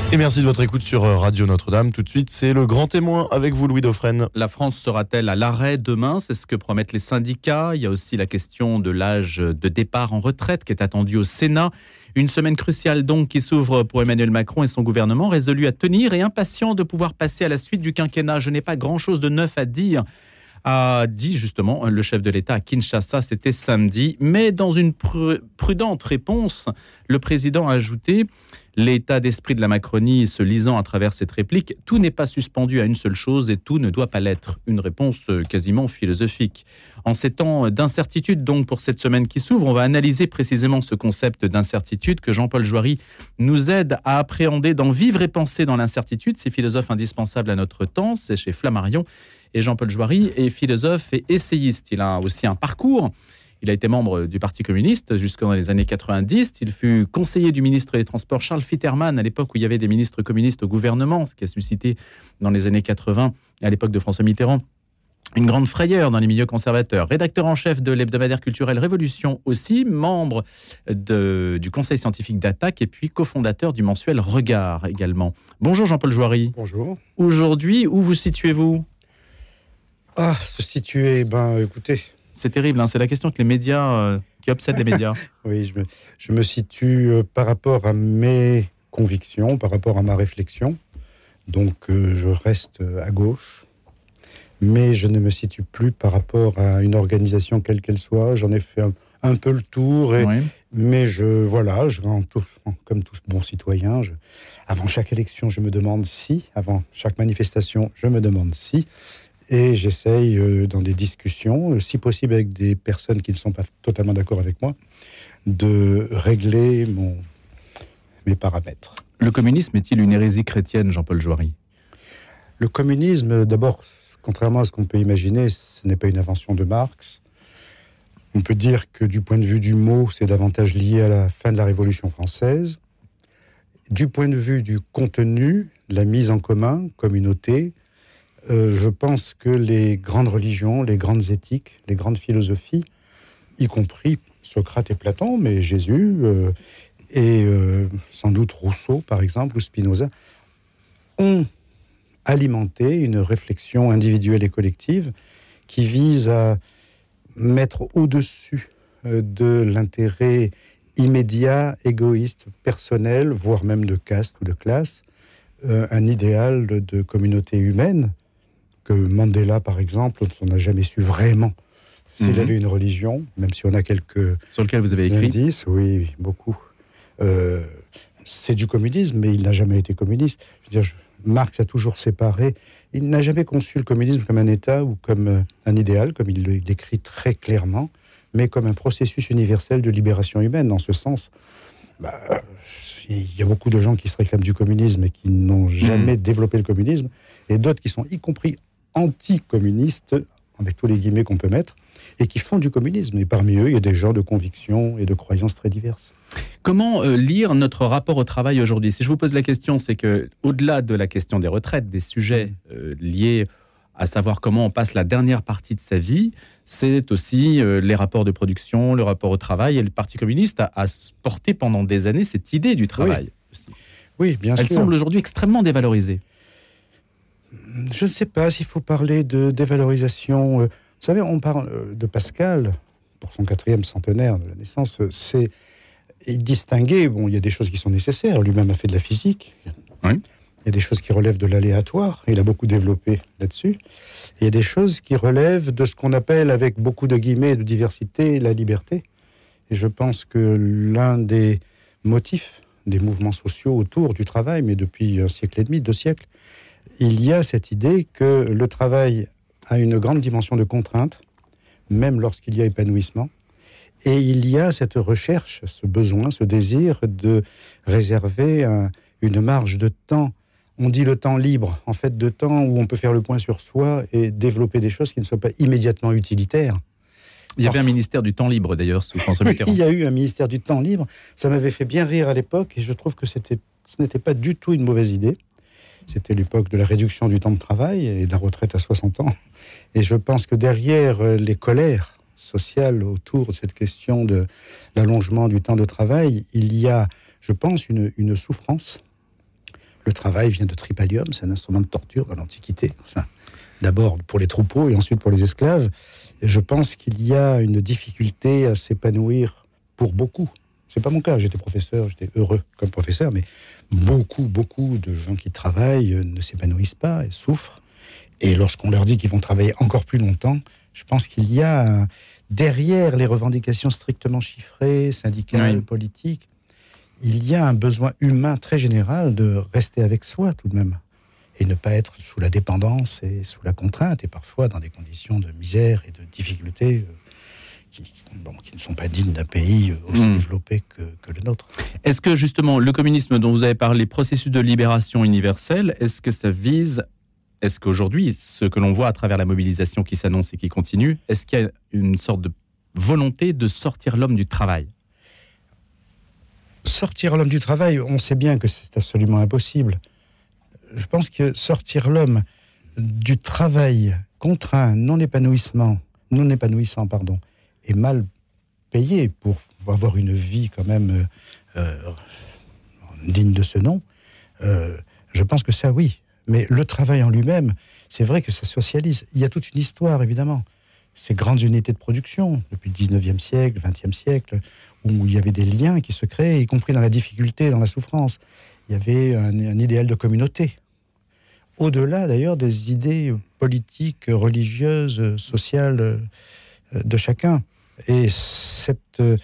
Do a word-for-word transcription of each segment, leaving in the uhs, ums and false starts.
Et merci de votre écoute sur Radio Notre-Dame. Tout de suite, c'est le grand témoin avec vous, Louis Dauphren. La France sera-t-elle à l'arrêt demain ? C'est ce que promettent les syndicats. Il y a aussi la question de l'âge de départ en retraite qui est attendu au Sénat. Une semaine cruciale donc qui s'ouvre pour Emmanuel Macron et son gouvernement, résolu à tenir et impatient de pouvoir passer à la suite du quinquennat. Je n'ai pas grand-chose de neuf à dire, a dit justement le chef de l'État à Kinshasa, c'était samedi. Mais dans une pr- prudente réponse, le président a ajouté « L'état d'esprit de la Macronie se lisant à travers cette réplique, tout n'est pas suspendu à une seule chose et tout ne doit pas l'être. » Une réponse quasiment philosophique. En ces temps d'incertitude, donc, pour cette semaine qui s'ouvre, on va analyser précisément ce concept d'incertitude que Jean-Paul Joiry nous aide à appréhender, d'en vivre et penser dans l'incertitude. C'est philosophe indispensable à notre temps, c'est chez Flammarion. Et Jean-Paul Joiry est philosophe et essayiste. Il a aussi un parcours. Il a été membre du Parti communiste jusqu'en les années quatre-vingt-dix. Il fut conseiller du ministre des Transports Charles Fitterman à l'époque où il y avait des ministres communistes au gouvernement, ce qui a suscité dans les années quatre-vingts, à l'époque de François Mitterrand, une grande frayeur dans les milieux conservateurs. Rédacteur en chef de l'hebdomadaire culturel Révolution aussi, membre de, du conseil scientifique d'Attaque et puis cofondateur du mensuel Regard également. Bonjour Jean-Paul Joiry. Bonjour. Aujourd'hui, où vous situez-vous ? Ah, se situer, ben écoutez... C'est terrible, hein, c'est la question que les médias, euh, qui obsèdent les médias. Oui, je me, je me situe euh, par rapport à mes convictions, par rapport à ma réflexion. Donc, euh, je reste à gauche. Mais je ne me situe plus par rapport à une organisation quelle qu'elle soit. J'en ai fait un, un peu le tour. Et, oui. Mais je, voilà, je, en tout, comme tous bons citoyens, je, avant chaque élection, je me demande si. Avant chaque manifestation, je me demande si. Et j'essaye, euh, dans des discussions, euh, si possible avec des personnes qui ne sont pas totalement d'accord avec moi, de régler mon, mes paramètres. Le communisme est-il une hérésie chrétienne, Jean-Paul Joiry ? Le communisme, d'abord, contrairement à ce qu'on peut imaginer, ce n'est pas une invention de Marx. On peut dire que du point de vue du mot, c'est davantage lié à la fin de la Révolution française. Du point de vue du contenu, la mise en commun, communauté, Euh, je pense que les grandes religions, les grandes éthiques, les grandes philosophies, y compris Socrate et Platon, mais Jésus, euh, et euh, sans doute Rousseau, par exemple, ou Spinoza, ont alimenté une réflexion individuelle et collective qui vise à mettre au-dessus euh, de l'intérêt immédiat, égoïste, personnel, voire même de caste ou de classe, euh, un idéal de, de communauté humaine, que Mandela, par exemple, on n'a jamais su vraiment s'il mmh. avait une religion, même si on a quelques sur lequel vous avez écrit. Indices, oui, oui, beaucoup. Euh, c'est du communisme, mais il n'a jamais été communiste. Je veux dire, je, Marx a toujours séparé. Il n'a jamais conçu le communisme comme un État ou comme euh, un idéal, comme il le décrit très clairement, mais comme un processus universel de libération humaine. Dans ce sens, bah, il y a beaucoup de gens qui se réclament du communisme et qui n'ont jamais mmh. développé le communisme, et d'autres qui sont y compris anticommunistes, avec tous les guillemets qu'on peut mettre, et qui font du communisme. Et parmi eux, il y a des gens de convictions et de croyances très diverses. Comment euh, lire notre rapport au travail aujourd'hui ? Si je vous pose la question, c'est que, au-delà de la question des retraites, des sujets euh, liés à savoir comment on passe la dernière partie de sa vie, c'est aussi euh, les rapports de production, le rapport au travail. Et le Parti communiste a, a porté pendant des années cette idée du travail. Oui, aussi. oui bien Elle sûr. Elle semble aujourd'hui extrêmement dévalorisée. Je ne sais pas s'il faut parler de dévalorisation. Vous savez, on parle de Pascal, pour son quatrième centenaire de la naissance. C'est il distinguait, bon, il y a des choses qui sont nécessaires. Lui-même a fait de la physique. Oui. Il y a des choses qui relèvent de l'aléatoire. Il a beaucoup développé là-dessus. Et il y a des choses qui relèvent de ce qu'on appelle, avec beaucoup de guillemets et de diversité, la liberté. Et je pense que l'un des motifs des mouvements sociaux autour du travail, mais depuis un siècle et demi, deux siècles, il y a cette idée que le travail a une grande dimension de contrainte, même lorsqu'il y a épanouissement. Et il y a cette recherche, ce besoin, ce désir de réserver un, une marge de temps. On dit le temps libre, en fait, de temps où on peut faire le point sur soi et développer des choses qui ne soient pas immédiatement utilitaires. Il y avait un ministère du temps libre, d'ailleurs, sous François Mitterrand. Il y a eu un ministère du temps libre. Ça m'avait fait bien rire à l'époque, et je trouve que c'était, ce n'était pas du tout une mauvaise idée. C'était l'époque de la réduction du temps de travail et de la retraite à soixante ans. Et je pense que derrière les colères sociales autour de cette question de l'allongement du temps de travail, il y a, je pense, une, une souffrance. Le travail vient de tripalium, c'est un instrument de torture dans l'Antiquité. Enfin, d'abord pour les troupeaux et ensuite pour les esclaves. Et je pense qu'il y a une difficulté à s'épanouir pour beaucoup. C'est pas mon cas, j'étais professeur, j'étais heureux comme professeur, mais beaucoup, beaucoup de gens qui travaillent ne s'épanouissent pas et souffrent. Et lorsqu'on leur dit qu'ils vont travailler encore plus longtemps, je pense qu'il y a, derrière les revendications strictement chiffrées, syndicales, oui. politiques, il y a un besoin humain très général de rester avec soi tout de même, et ne pas être sous la dépendance et sous la contrainte, et parfois dans des conditions de misère et de difficulté euh, qui, bon, qui ne sont pas dignes d'un pays aussi mmh. développé que, que le nôtre. Est-ce que justement le communisme dont vous avez parlé, processus de libération universelle, est-ce que ça vise, est-ce qu'aujourd'hui, ce que l'on voit à travers la mobilisation qui s'annonce et qui continue, est-ce qu'il y a une sorte de volonté de sortir l'homme du travail ? Sortir l'homme du travail, on sait bien que c'est absolument impossible. Je pense que sortir l'homme du travail contraint, non épanouissement, non épanouissant, pardon, et mal payé pour avoir une vie quand même euh, digne de ce nom, euh, je pense que ça, oui. Mais le travail en lui-même, c'est vrai que ça socialise. Il y a toute une histoire, évidemment. Ces grandes unités de production, depuis le dix-neuvième siècle, vingtième siècle, où il y avait des liens qui se créaient, y compris dans la difficulté, dans la souffrance. Il y avait un, un idéal de communauté. Au-delà, d'ailleurs, des idées politiques, religieuses, sociales de chacun. Et cette, euh,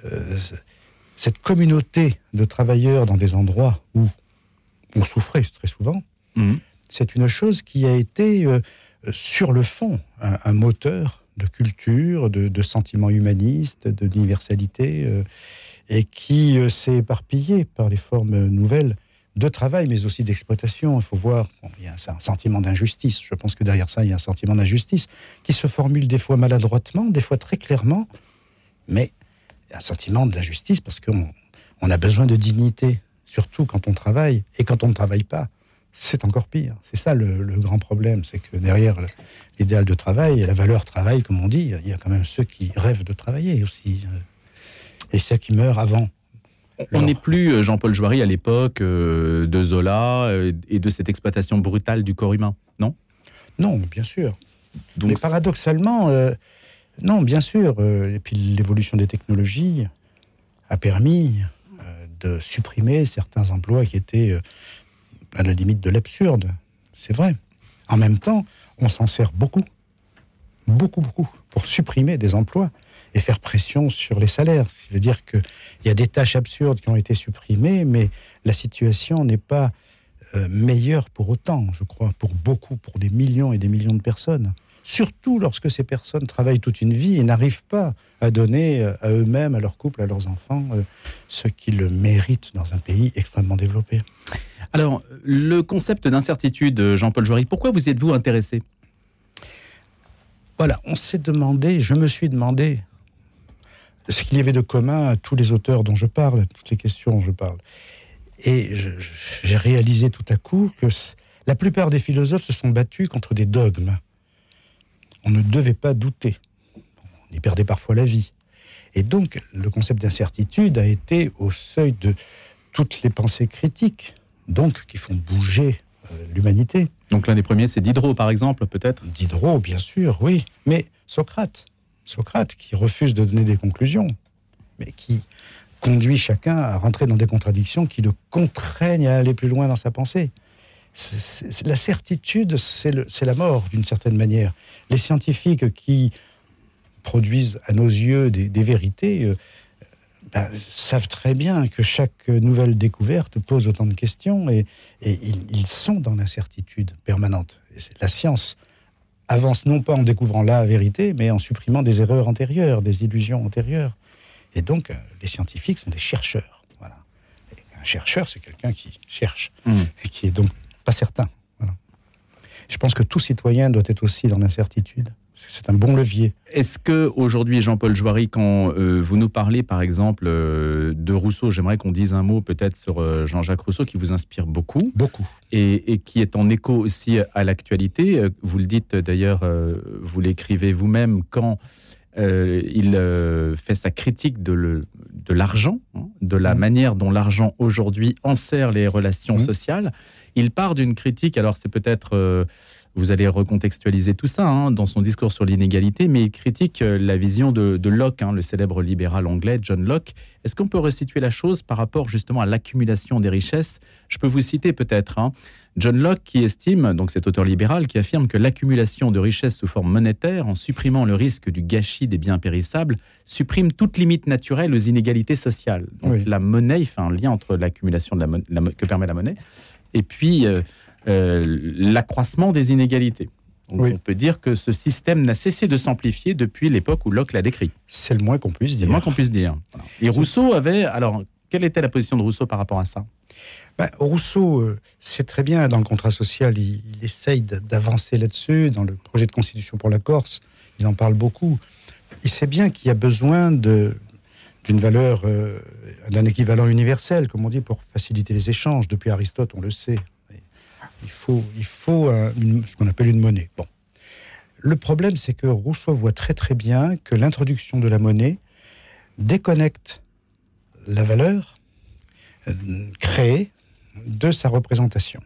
cette communauté de travailleurs dans des endroits où on souffrait très souvent, mmh. c'est une chose qui a été, euh, sur le fond, un, un moteur de culture, de, de sentiments humanistes, de d'universalité, euh, et qui euh, s'est éparpillé par les formes nouvelles de travail, mais aussi d'exploitation. Il faut voir, bon, il y a un, un sentiment d'injustice. Je pense que derrière ça, il y a un sentiment d'injustice qui se formule des fois maladroitement, des fois très clairement, mais un sentiment d'injustice parce qu'on on a besoin de dignité, surtout quand on travaille, et quand on ne travaille pas, c'est encore pire. C'est ça le, le grand problème, c'est que derrière l'idéal de travail et la valeur travail, comme on dit, il y a quand même ceux qui rêvent de travailler aussi, et ceux qui meurent avant. On n'est plus, Jean-Paul Jouary, à l'époque euh, de Zola euh, et de cette exploitation brutale du corps humain, non ? Non, bien sûr. Donc, mais paradoxalement, euh, non, bien sûr. Euh, et puis l'évolution des technologies a permis euh, de supprimer certains emplois qui étaient euh, à la limite de l'absurde. C'est vrai. En même temps, on s'en sert beaucoup, beaucoup, beaucoup, pour supprimer des emplois et faire pression sur les salaires. Ça veut dire qu'il y a des tâches absurdes qui ont été supprimées, mais la situation n'est pas euh, meilleure pour autant, je crois, pour beaucoup, pour des millions et des millions de personnes. Surtout lorsque ces personnes travaillent toute une vie et n'arrivent pas à donner euh, à eux-mêmes, à leur couple, à leurs enfants, euh, ce qu'ils méritent dans un pays extrêmement développé. Alors, le concept d'incertitude, Jean-Paul Jouary, pourquoi vous y êtes-vous intéressé ? Voilà, on s'est demandé, je me suis demandé, ce qu'il y avait de commun à tous les auteurs dont je parle, à toutes les questions dont je parle. Et je, je, j'ai réalisé tout à coup que la plupart des philosophes se sont battus contre des dogmes. On ne devait pas douter. On y perdait parfois la vie. Et donc, le concept d'incertitude a été au seuil de toutes les pensées critiques, donc qui font bouger euh, l'humanité. Donc l'un des premiers, c'est Diderot, par exemple, peut-être ? Diderot, bien sûr, oui. Mais Socrate, Socrate qui refuse de donner des conclusions, mais qui conduit chacun à rentrer dans des contradictions qui le contraignent à aller plus loin dans sa pensée. C'est, c'est, c'est, la certitude, c'est, le, c'est la mort, d'une certaine manière. Les scientifiques qui produisent à nos yeux des, des vérités euh, ben, savent très bien que chaque nouvelle découverte pose autant de questions et, et ils, ils sont dans l'incertitude permanente. Et la science avance non pas en découvrant la vérité, mais en supprimant des erreurs antérieures, des illusions antérieures. Et donc, euh, les scientifiques sont des chercheurs. Voilà. Et un chercheur, c'est quelqu'un qui cherche, mmh. et qui est donc pas certain. Voilà. Je pense que tout citoyen doit être aussi dans l'incertitude. C'est un bon levier. Est-ce qu'aujourd'hui, Jean-Paul Jouary, quand euh, vous nous parlez, par exemple, euh, de Rousseau, j'aimerais qu'on dise un mot peut-être sur euh, Jean-Jacques Rousseau, qui vous inspire beaucoup. Beaucoup. Et, et qui est en écho aussi à l'actualité. Vous le dites d'ailleurs, euh, vous l'écrivez vous-même, quand Euh, il euh, fait sa critique de, le, de l'argent, hein, de la mmh. manière dont l'argent aujourd'hui enserre les relations mmh. sociales. Il part d'une critique, alors c'est peut-être, euh, vous allez recontextualiser tout ça hein, dans son discours sur l'inégalité, mais il critique euh, la vision de, de Locke, hein, le célèbre libéral anglais John Locke. Est-ce qu'on peut resituer la chose par rapport justement à l'accumulation des richesses ? Je peux vous citer peut-être hein, John Locke qui estime, donc cet auteur libéral, qui affirme que l'accumulation de richesses sous forme monétaire, en supprimant le risque du gâchis des biens périssables, supprime toute limite naturelle aux inégalités sociales. Donc oui. la monnaie, il fait un lien entre l'accumulation de la, mon- la que permet la monnaie et puis euh, euh, l'accroissement des inégalités. Donc oui. On peut dire que ce système n'a cessé de s'amplifier depuis l'époque où Locke l'a décrit. C'est le moins qu'on puisse dire. C'est le moins qu'on puisse dire. Voilà. Et Rousseau avait... Alors, quelle était la position de Rousseau par rapport à ça ? Ben, Rousseau, euh, c'est très bien, dans le contrat social, il, il essaye d'avancer là-dessus. Dans le projet de constitution pour la Corse, il en parle beaucoup. Il sait bien qu'il y a besoin de, d'une valeur, euh, d'un équivalent universel, comme on dit, pour faciliter les échanges. Depuis Aristote, on le sait. Il faut, il faut euh, une, ce qu'on appelle une monnaie. Bon. Le problème, c'est que Rousseau voit très très bien que l'introduction de la monnaie déconnecte la valeur euh, créée de sa représentation.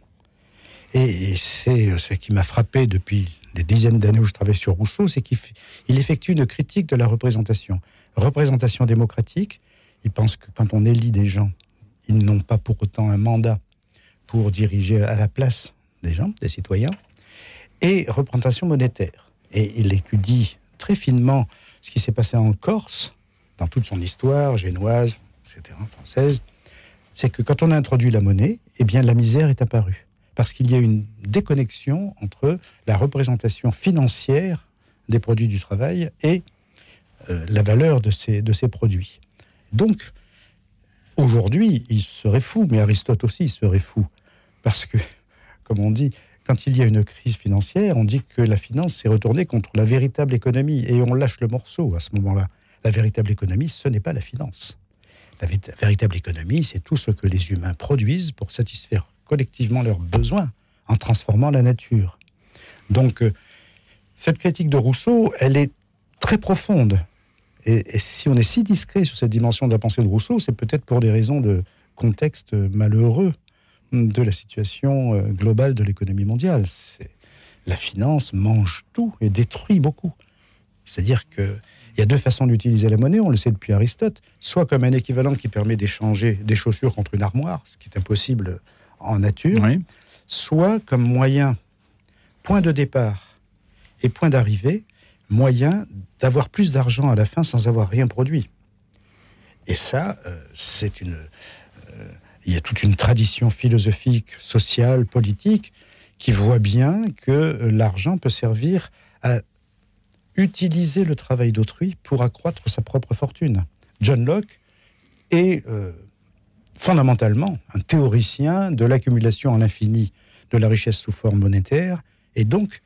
Et, et c'est ce qui m'a frappé depuis des dizaines d'années où je travaille sur Rousseau, c'est qu'il il effectue une critique de la représentation. Représentation démocratique, il pense que quand on élit des gens, ils n'ont pas pour autant un mandat pour diriger à la place des gens, des citoyens, et représentation monétaire. Et il étudie très finement ce qui s'est passé en Corse, dans toute son histoire, génoise, et cetera, française, c'est que quand on a introduit la monnaie, eh bien la misère est apparue. Parce qu'il y a une déconnexion entre la représentation financière des produits du travail et euh, la valeur de ces, de ces produits. Donc, aujourd'hui, il serait fou, mais Aristote aussi serait fou. Parce que, comme on dit, quand il y a une crise financière, on dit que la finance s'est retournée contre la véritable économie. Et on lâche le morceau à ce moment-là. La véritable économie, ce n'est pas la finance. La véritable économie, c'est tout ce que les humains produisent pour satisfaire collectivement leurs besoins en transformant la nature. Donc, euh, cette critique de Rousseau, elle est très profonde. Et, et si on est si discret sur cette dimension de la pensée de Rousseau, c'est peut-être pour des raisons de contexte malheureux de la situation euh, globale de l'économie mondiale. C'est, la finance mange tout et détruit beaucoup. C'est-à-dire qu'il y a deux façons d'utiliser la monnaie, on le sait depuis Aristote, soit comme un équivalent qui permet d'échanger des chaussures contre une armoire, ce qui est impossible en nature, oui. soit comme moyen, point de départ et point d'arrivée, moyen d'avoir plus d'argent à la fin sans avoir rien produit. Et ça, euh, c'est une... Euh, il y a toute une tradition philosophique, sociale, politique, qui voit bien que l'argent peut servir à utiliser le travail d'autrui pour accroître sa propre fortune. John Locke est euh, fondamentalement un théoricien de l'accumulation à l'infini de la richesse sous forme monétaire, et donc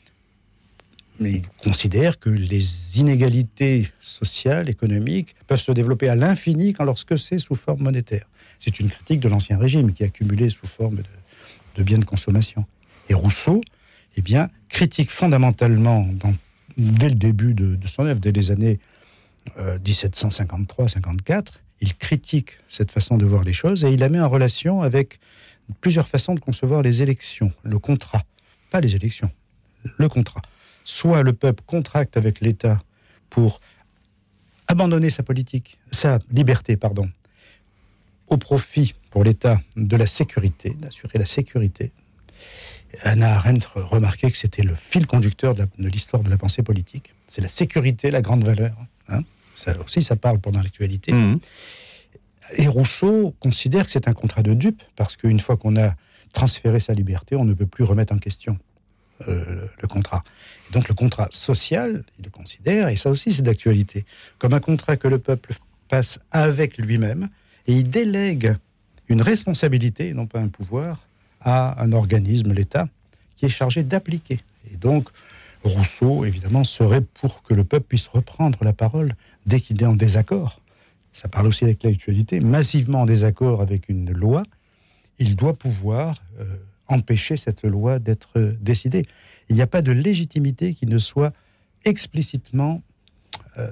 il considère que les inégalités sociales, économiques, peuvent se développer à l'infini quand lorsque c'est sous forme monétaire. C'est une critique de l'ancien régime qui accumulait sous forme de, de biens de consommation. Et Rousseau, eh bien, critique fondamentalement, dans, dès le début de, de son œuvre, dès les années euh, dix-sept cent cinquante-trois cinquante-quatre, il critique cette façon de voir les choses et il la met en relation avec plusieurs façons de concevoir les élections, le contrat, pas les élections, le contrat. Soit le peuple contracte avec l'État pour abandonner sa politique, sa liberté, pardon, au profit pour l'État de la sécurité, d'assurer la sécurité. Hannah Arendt remarquait que c'était le fil conducteur de, la, de l'histoire de la pensée politique. C'est la sécurité, la grande valeur. Hein. Ça aussi, ça parle pendant l'actualité. Mmh. Et Rousseau considère que c'est un contrat de dupe, parce qu'une fois qu'on a transféré sa liberté, on ne peut plus remettre en question euh, le contrat. Et donc le contrat social, il le considère, et ça aussi c'est d'actualité, comme un contrat que le peuple passe avec lui-même, et il délègue une responsabilité, et non pas un pouvoir, à un organisme, l'État, qui est chargé d'appliquer. Et donc, Rousseau, évidemment, serait pour que le peuple puisse reprendre la parole dès qu'il est en désaccord. Ça parle aussi avec l'actualité. Massivement en désaccord avec une loi, il doit pouvoir euh, empêcher cette loi d'être décidée. Il n'y a pas de légitimité qui ne soit explicitement euh,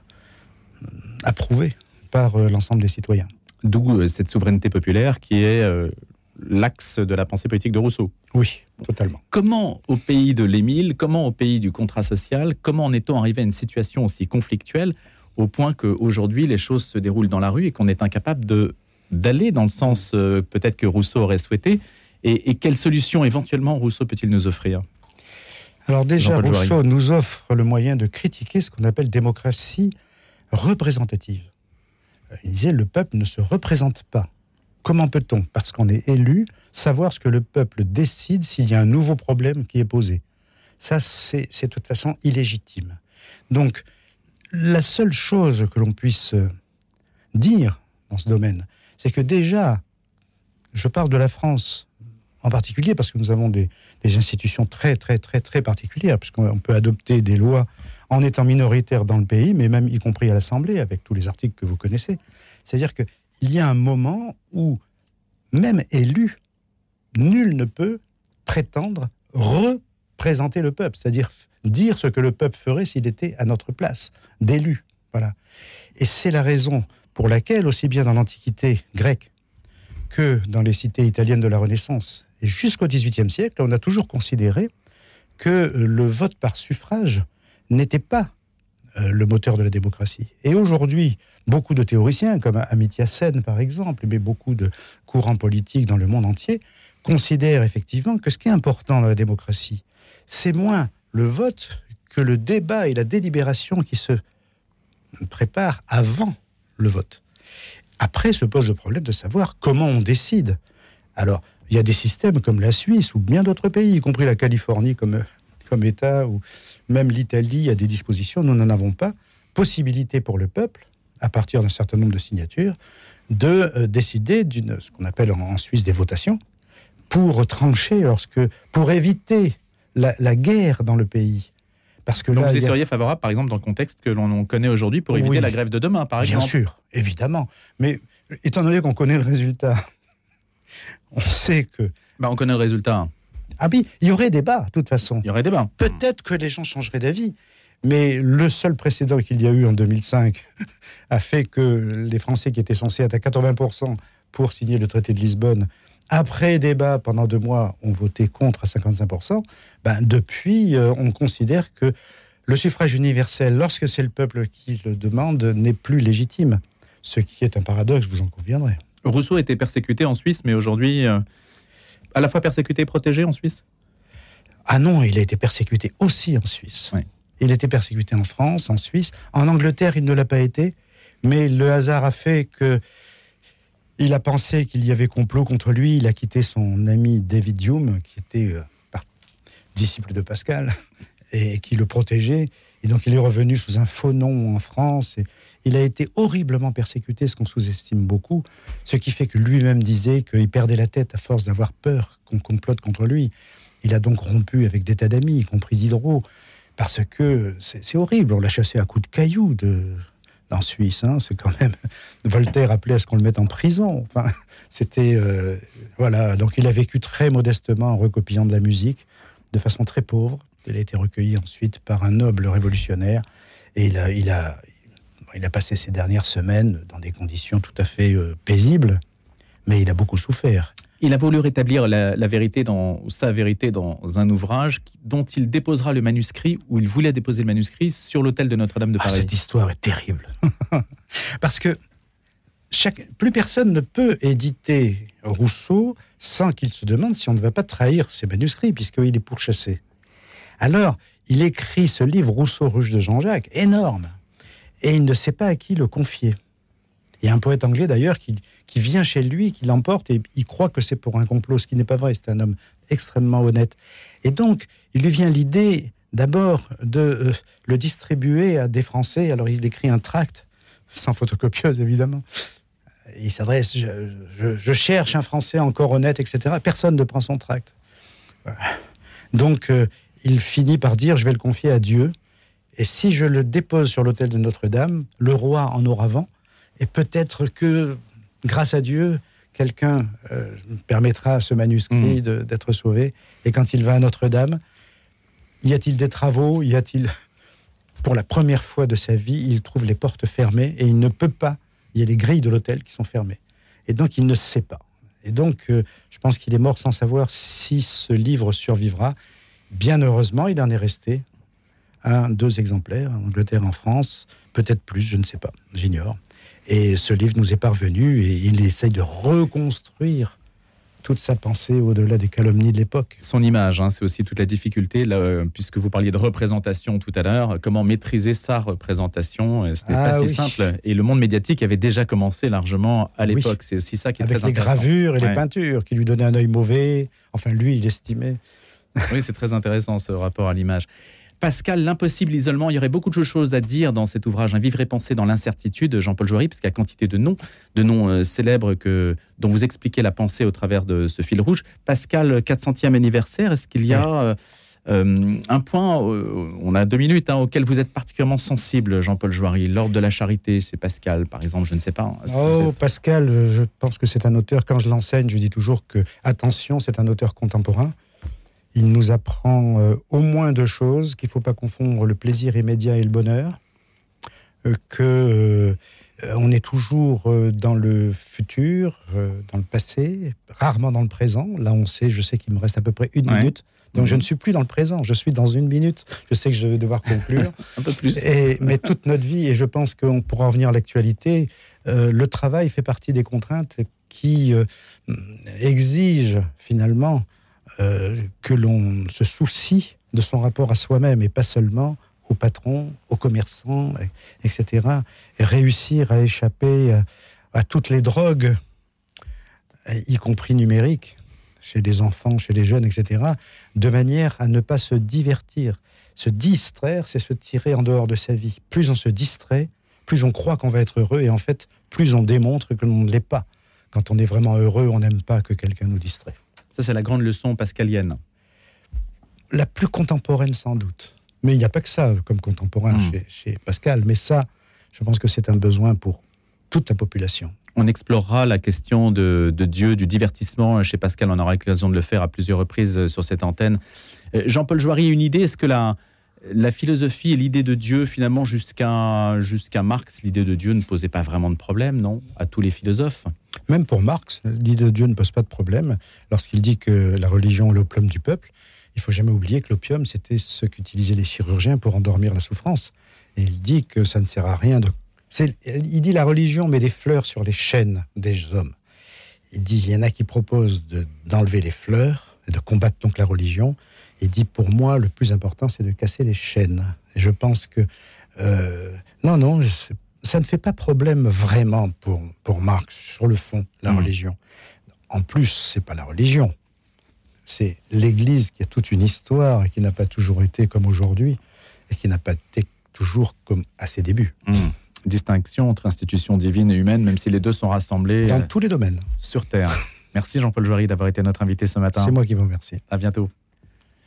approuvée par euh, l'ensemble des citoyens. D'où euh, cette souveraineté populaire qui est euh, l'axe de la pensée politique de Rousseau. Oui, totalement. Comment, au pays de l'Émile, comment au pays du contrat social, comment en est-on arrivé à une situation aussi conflictuelle au point qu'aujourd'hui les choses se déroulent dans la rue et qu'on est incapable de, d'aller dans le sens euh, peut-être que Rousseau aurait souhaité, et, et quelles solutions éventuellement Rousseau peut-il nous offrir ? Alors déjà, Rousseau nous offre le moyen de critiquer ce qu'on appelle démocratie représentative. Il disait, le peuple ne se représente pas. Comment peut-on, parce qu'on est élu, savoir ce que le peuple décide s'il y a un nouveau problème qui est posé ? Ça, c'est, c'est de toute façon illégitime. Donc, la seule chose que l'on puisse dire dans ce domaine, c'est que déjà, je parle de la France en particulier, parce que nous avons des, des institutions très, très, très, très particulières, puisqu'on peut adopter des lois en étant minoritaire dans le pays, mais même y compris à l'Assemblée, avec tous les articles que vous connaissez. C'est-à-dire qu'il y a un moment où, même élu, nul ne peut prétendre représenter le peuple, c'est-à-dire dire ce que le peuple ferait s'il était à notre place, d'élu. Voilà. Et c'est la raison pour laquelle, aussi bien dans l'Antiquité grecque que dans les cités italiennes de la Renaissance, et jusqu'au dix-huitième siècle, on a toujours considéré que le vote par suffrage n'était pas euh, le moteur de la démocratie. Et aujourd'hui, beaucoup de théoriciens, comme Amitya Sen par exemple, mais beaucoup de courants politiques dans le monde entier, considèrent effectivement que ce qui est important dans la démocratie, c'est moins le vote que le débat et la délibération qui se préparent avant le vote. Après se pose le problème de savoir comment on décide. Alors, il y a des systèmes comme la Suisse ou bien d'autres pays, y compris la Californie comme, comme État, ou même l'Italie a des dispositions, nous n'en avons pas. Possibilité pour le peuple, à partir d'un certain nombre de signatures, de euh, décider d'une, ce qu'on appelle en, en Suisse des votations, pour trancher, lorsque, pour éviter la, la guerre dans le pays. Parce que Donc là, vous y a... seriez favorable, par exemple, dans le contexte que l'on connaît aujourd'hui, pour éviter oui, la grève de demain, par exemple ? Bien sûr, évidemment. Mais étant donné qu'on connaît le résultat, on sait que... Bah, on connaît le résultat. Ah oui, il y aurait débat, de toute façon. Il y aurait débat. Peut-être que les gens changeraient d'avis. Mais le seul précédent qu'il y a eu en deux mille cinq a fait que les Français qui étaient censés être à quatre-vingts pour cent pour signer le traité de Lisbonne, après débat pendant deux mois, ont voté contre à cinquante-cinq pour cent. Ben, depuis, euh, on considère que le suffrage universel, lorsque c'est le peuple qui le demande, n'est plus légitime. Ce qui est un paradoxe, vous en conviendrez. Rousseau était persécuté en Suisse, mais aujourd'hui, euh, à la fois persécuté et protégé en Suisse ? Ah non, il a été persécuté aussi en Suisse. Oui. Il a été persécuté en France, en Suisse. En Angleterre, il ne l'a pas été. Mais le hasard a fait que il a pensé qu'il y avait complot contre lui. Il a quitté son ami David Hume, qui était euh, par... disciple de Pascal, et qui le protégeait. Et donc, il est revenu sous un faux nom en France. Et il a été horriblement persécuté, ce qu'on sous-estime beaucoup. Ce qui fait que lui-même disait qu'il perdait la tête à force d'avoir peur qu'on complote contre lui. Il a donc rompu avec des tas d'amis, y compris Diderot, parce que c'est, c'est horrible. On l'a chassé à coups de cailloux de... en Suisse, hein, c'est quand même... Voltaire appelait à ce qu'on le mette en prison. Enfin, c'était... Euh, voilà, donc il a vécu très modestement en recopiant de la musique, de façon très pauvre. Il a été recueilli ensuite par un noble révolutionnaire, et il a, il a, il a passé ses dernières semaines dans des conditions tout à fait euh, paisibles, mais il a beaucoup souffert. Il a voulu rétablir la, la vérité dans, sa vérité dans un ouvrage dont il déposera le manuscrit, ou il voulait déposer le manuscrit, sur l'autel de Notre-Dame de Paris. Ah, cette histoire est terrible. Parce que chaque, plus personne ne peut éditer Rousseau sans qu'il se demande si on ne va pas trahir ses manuscrits, puisqu'il est pourchassé. Alors, il écrit ce livre, Rousseau, Ruche de Jean-Jacques, énorme, et il ne sait pas à qui le confier. Il y a un poète anglais, d'ailleurs, qui, qui vient chez lui, qui l'emporte, et il croit que c'est pour un complot, ce qui n'est pas vrai. C'est un homme extrêmement honnête. Et donc, il lui vient l'idée, d'abord, de euh, le distribuer à des Français. Alors, il écrit un tract, sans photocopieuse, évidemment. Il s'adresse, je, je, je cherche un Français encore honnête, et cetera. Personne ne prend son tract. Donc, euh, il finit par dire, je vais le confier à Dieu, et si je le dépose sur l'autel de Notre-Dame, le roi en aura vent, et peut-être que, grâce à Dieu, quelqu'un euh, permettra à ce manuscrit mmh. de, d'être sauvé. Et quand il va à Notre-Dame, y a-t-il des travaux ? Y a-t-il... pour la première fois de sa vie, il trouve les portes fermées et il ne peut pas. Il y a les grilles de l'hôtel qui sont fermées. Et donc, il ne sait pas. Et donc, euh, je pense qu'il est mort sans savoir si ce livre survivra. Bien heureusement, il en est resté un, deux exemplaires, en Angleterre, en France, peut-être plus, je ne sais pas, j'ignore. Et ce livre nous est parvenu et il essaye de reconstruire toute sa pensée au-delà des calomnies de l'époque. Son image, hein, c'est aussi toute la difficulté, là, euh, puisque vous parliez de représentation tout à l'heure, comment maîtriser sa représentation, ce n'est ah, pas si oui. simple. Et le monde médiatique avait déjà commencé largement à l'époque, oui. c'est aussi ça qui est Avec très intéressant. Avec les gravures et ouais. les peintures, qui lui donnaient un œil mauvais, enfin lui, il estimait. Oui, c'est très intéressant ce rapport à l'image. Pascal, l'impossible isolement, il y aurait beaucoup de choses à dire dans cet ouvrage, Un vivre et penser dans l'incertitude, Jean-Paul Joiry, parce qu'il y a quantité de noms, de noms euh, célèbres que, dont vous expliquez la pensée au travers de ce fil rouge. Pascal, quatre centième anniversaire, est-ce qu'il y a euh, euh, un point, euh, on a deux minutes, hein, auquel vous êtes particulièrement sensible, Jean-Paul Joiry, l'ordre de la charité, c'est Pascal, par exemple, je ne sais pas. Oh, êtes... Pascal, je pense que c'est un auteur, quand je l'enseigne, je dis toujours que, attention, c'est un auteur contemporain. Il nous apprend euh, au moins deux choses, qu'il ne faut pas confondre le plaisir immédiat et le bonheur, euh, qu'on euh, est toujours euh, dans le futur, euh, dans le passé, rarement dans le présent. Là, on sait, je sais qu'il me reste à peu près une ouais. minute, donc mmh. je ne suis plus dans le présent, je suis dans une minute. Je sais que je vais devoir conclure. Un peu plus. Et, mais toute notre vie, et je pense qu'on pourra revenir à l'actualité, euh, le travail fait partie des contraintes qui euh, exigent finalement Euh, que l'on se soucie de son rapport à soi-même et pas seulement au patron, aux commerçants, et cetera. Et réussir à échapper à, à toutes les drogues, y compris numériques, chez les enfants, chez les jeunes, et cetera, de manière à ne pas se divertir. Se distraire, c'est se tirer en dehors de sa vie. Plus on se distrait, plus on croit qu'on va être heureux, et en fait, plus on démontre que l'on ne l'est pas. Quand on est vraiment heureux, on n'aime pas que quelqu'un nous distrait. Ça, c'est la grande leçon pascalienne. La plus contemporaine, sans doute. Mais il n'y a pas que ça comme contemporain mmh. chez, chez Pascal. Mais ça, je pense que c'est un besoin pour toute la population. On explorera la question de, de Dieu, du divertissement chez Pascal. On aura l'occasion de le faire à plusieurs reprises sur cette antenne. Jean-Paul Joiry, une idée, est-ce que la, la philosophie et l'idée de Dieu, finalement, jusqu'à, jusqu'à Marx, l'idée de Dieu ne posait pas vraiment de problème, non, à tous les philosophes ? Même pour Marx, l'idée de Dieu ne pose pas de problème. Lorsqu'il dit que la religion est l'opium du peuple, il ne faut jamais oublier que l'opium, c'était ce qu'utilisaient les chirurgiens pour endormir la souffrance. Et il dit que ça ne sert à rien de... C'est... Il dit la religion met des fleurs sur les chaînes des hommes. Il dit il y en a qui proposent de, d'enlever les fleurs et de combattre donc la religion. Il dit pour moi, le plus important, c'est de casser les chaînes. Et je pense que... Euh, non, non... C'est... Ça ne fait pas problème vraiment pour, pour Marx, sur le fond, la mmh. religion. En plus, ce n'est pas la religion. C'est l'Église qui a toute une histoire et qui n'a pas toujours été comme aujourd'hui et qui n'a pas été toujours comme à ses débuts. Mmh. Distinction entre institutions divines et humaines, même si les deux sont rassemblés... Dans euh, tous les domaines. Sur Terre. Merci Jean-Paul Joiry d'avoir été notre invité ce matin. C'est moi qui vous remercie. À bientôt.